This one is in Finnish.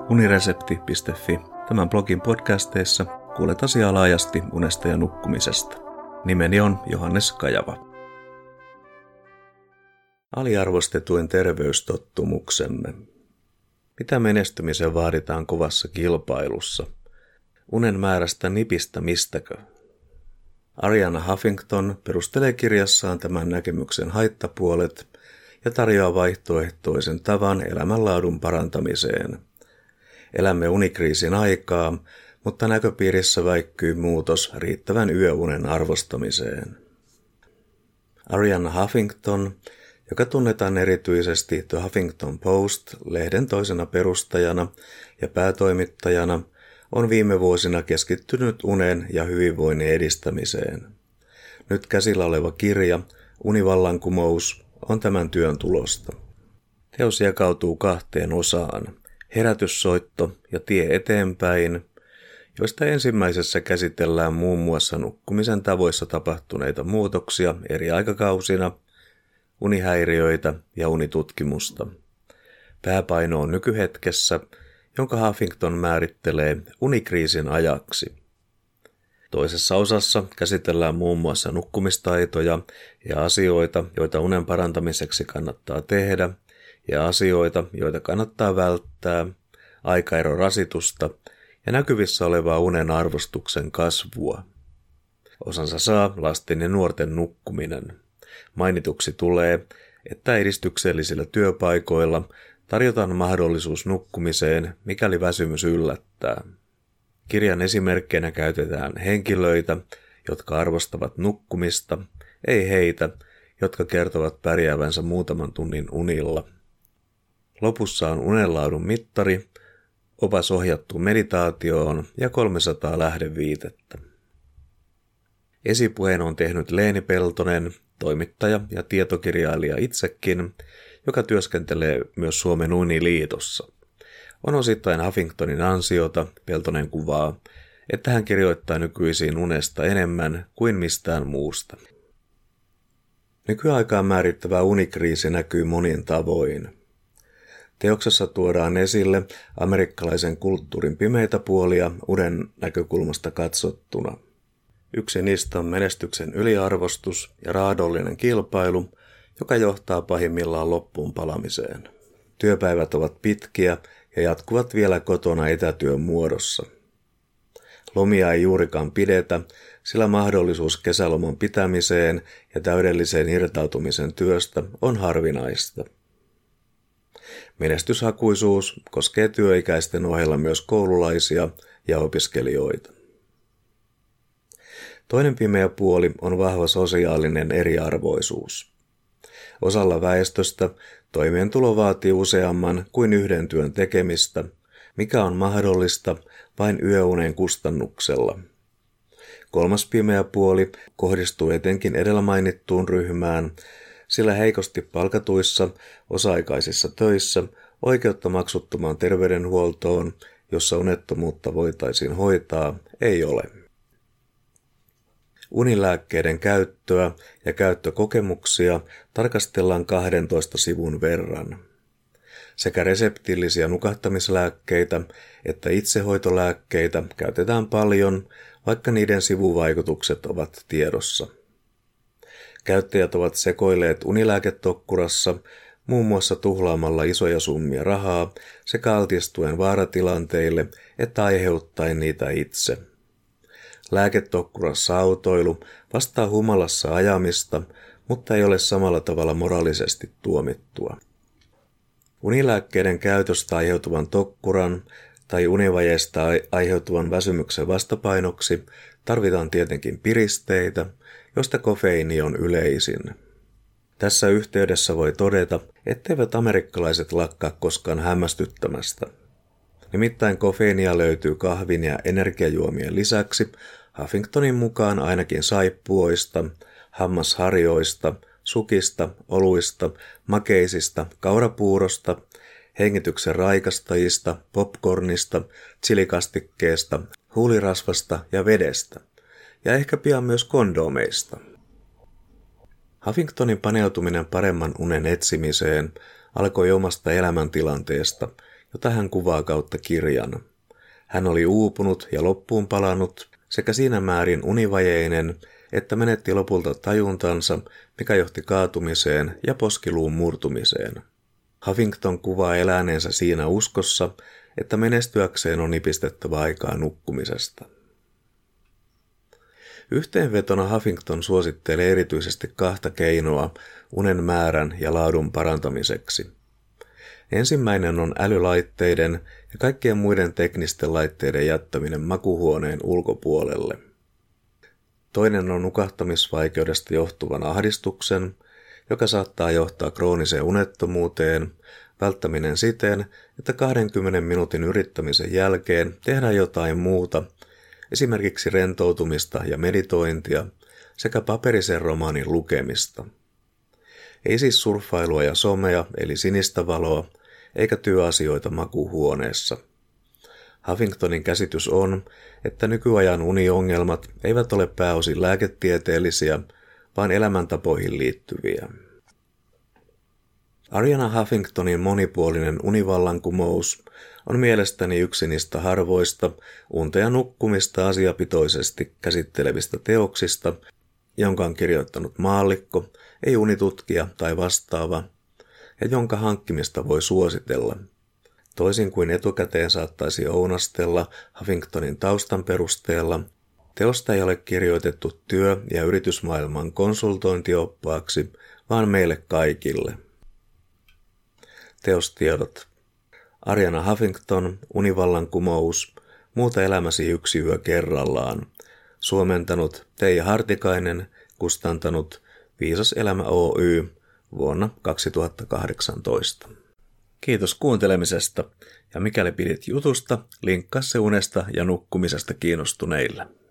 uniresepti.fi. Tämän blogin podcasteissa kuulet asiaa laajasti unesta ja nukkumisesta. Nimeni on Johannes Kajava. Aliarvostetuin terveystottumuksemme. Mitä menestymiseen vaaditaan kovassa kilpailussa? Unen määrästä nipistä mistäkö? Arianna Huffington perustelee kirjassaan tämän näkemyksen haittapuolet ja tarjoaa vaihtoehtoisen tavan elämänlaadun parantamiseen. Elämme unikriisin aikaa, mutta näköpiirissä väikkyy muutos riittävän yöunen arvostamiseen. Arianna Huffington, joka tunnetaan erityisesti The Huffington Post-lehden toisena perustajana ja päätoimittajana, on viime vuosina keskittynyt unen ja hyvinvoinnin edistämiseen. Nyt käsillä oleva kirja, Univallankumous, on tämän työn tulosta. Teos jakautuu 2 osaan, herätyssoitto ja tie eteenpäin, joista ensimmäisessä käsitellään muun muassa nukkumisen tavoissa tapahtuneita muutoksia eri aikakausina, unihäiriöitä ja unitutkimusta. Pääpaino on nykyhetkessä, jonka Huffington määrittelee unikriisin ajaksi. Toisessa osassa käsitellään muun muassa nukkumistaitoja ja asioita, joita unen parantamiseksi kannattaa tehdä, ja asioita, joita kannattaa välttää, aikaerorasitusta ja näkyvissä olevaa unen arvostuksen kasvua. Osansa saa lasten ja nuorten nukkuminen. Mainituksi tulee, että edistyksellisillä työpaikoilla tarjotaan mahdollisuus nukkumiseen, mikäli väsymys yllättää. Kirjan esimerkkeinä käytetään henkilöitä, jotka arvostavat nukkumista, ei heitä, jotka kertovat pärjäävänsä muutaman tunnin unilla. Lopussa on unenlaadun mittari, opas ohjattu meditaatioon ja 300 lähdeviitettä. Esipuheen on tehnyt Leeni Peltonen, toimittaja ja tietokirjailija itsekin, joka työskentelee myös Suomen Uniliitossa. On osittain Huffingtonin ansiota, Peltonen kuvaa, että hän kirjoittaa nykyisin unesta enemmän kuin mistään muusta. Nykyaikaan määrittävä unikriisi näkyy monin tavoin. Teoksessa tuodaan esille amerikkalaisen kulttuurin pimeitä puolia unen näkökulmasta katsottuna. Yksi niistä on menestyksen yliarvostus ja raadollinen kilpailu, joka johtaa pahimmillaan loppuun palamiseen. Työpäivät ovat pitkiä ja jatkuvat vielä kotona etätyön muodossa. Lomia ei juurikaan pidetä, sillä mahdollisuus kesäloman pitämiseen ja täydelliseen irtautumisen työstä on harvinaista. Menestyshakuisuus koskee työikäisten ohella myös koululaisia ja opiskelijoita. Toinen pimeä puoli on vahva sosiaalinen eriarvoisuus. Osalla väestöstä toimeentulo vaatii useamman kuin yhden työn tekemistä, mikä on mahdollista vain yöunen kustannuksella. Kolmas pimeä puoli kohdistuu etenkin edellä mainittuun ryhmään, sillä heikosti palkatuissa osa-aikaisissa töissä oikeutta maksuttomaan terveydenhuoltoon, jossa unettomuutta voitaisiin hoitaa, ei ole. Unilääkkeiden käyttöä ja käyttökokemuksia tarkastellaan 12 sivun verran. Sekä reseptillisiä nukahtamislääkkeitä että itsehoitolääkkeitä käytetään paljon, vaikka niiden sivuvaikutukset ovat tiedossa. Käyttäjät ovat sekoilleet unilääketokkurassa muun muassa tuhlaamalla isoja summia rahaa sekä altistuen vaaratilanteille että aiheuttaen niitä itse. Lääketokkurassa autoilu vastaa humalassa ajamista, mutta ei ole samalla tavalla moraalisesti tuomittua. Unilääkkeiden käytöstä aiheutuvan tokkuran tai univajeesta aiheutuvan väsymyksen vastapainoksi tarvitaan tietenkin piristeitä, joista kofeiini on yleisin. Tässä yhteydessä voi todeta, etteivät amerikkalaiset lakkaa koskaan hämmästyttämästä. Nimittäin kofeiinia löytyy kahvin ja energiajuomien lisäksi Huffingtonin mukaan ainakin saippuoista, hammasharjoista, sukista, oluista, makeisista, kaurapuurosta, hengityksen raikastajista, popcornista, chilikastikkeesta, huulirasvasta ja vedestä, ja ehkä pian myös kondomeista. Huffingtonin paneutuminen paremman unen etsimiseen alkoi omasta elämäntilanteesta, jota hän kuvaa kautta kirjan. Hän oli uupunut ja loppuun palannut sekä siinä määrin univajeinen, että menetti lopulta tajuntansa, mikä johti kaatumiseen ja poskiluun murtumiseen. Huffington kuvaa eläneensä siinä uskossa, että menestyäkseen on nipistettävä aikaa nukkumisesta. Yhteenvetona Huffington suosittelee erityisesti 2 keinoa unen määrän ja laadun parantamiseksi. Ensimmäinen on älylaitteiden ja kaikkien muiden teknisten laitteiden jättäminen makuuhuoneen ulkopuolelle. Toinen on nukahtamisvaikeudesta johtuvan ahdistuksen, joka saattaa johtaa krooniseen unettomuuteen, välttäminen siten, että 20 minuutin yrittämisen jälkeen tehdään jotain muuta, esimerkiksi rentoutumista ja meditointia sekä paperisen romaanin lukemista. Ei siis surffailua ja somea eli sinistä valoa, eikä työasioita makuuhuoneessa. Huffingtonin käsitys on, että nykyajan uniongelmat eivät ole pääosin lääketieteellisiä, vaan elämäntapoihin liittyviä. Arianna Huffingtonin monipuolinen univallankumous on mielestäni yksi niistä harvoista unta ja nukkumista asiapitoisesti käsittelevistä teoksista, jonka on kirjoittanut maallikko, ei unitutkija tai vastaava, ja jonka hankkimista voi suositella. Toisin kuin etukäteen saattaisi ounastella Huffingtonin taustan perusteella, teosta ei ole kirjoitettu työ- ja yritysmaailman konsultointioppaaksi, vaan meille kaikille. Teostiedot. Arianna Huffington, univallankumous, muuta elämäsi yksi yö kerrallaan. Suomentanut Teija Hartikainen, kustantanut Viisas elämä Oy vuonna 2018. Kiitos kuuntelemisesta, ja mikäli pidit jutusta, linkkaa se unesta ja nukkumisesta kiinnostuneille.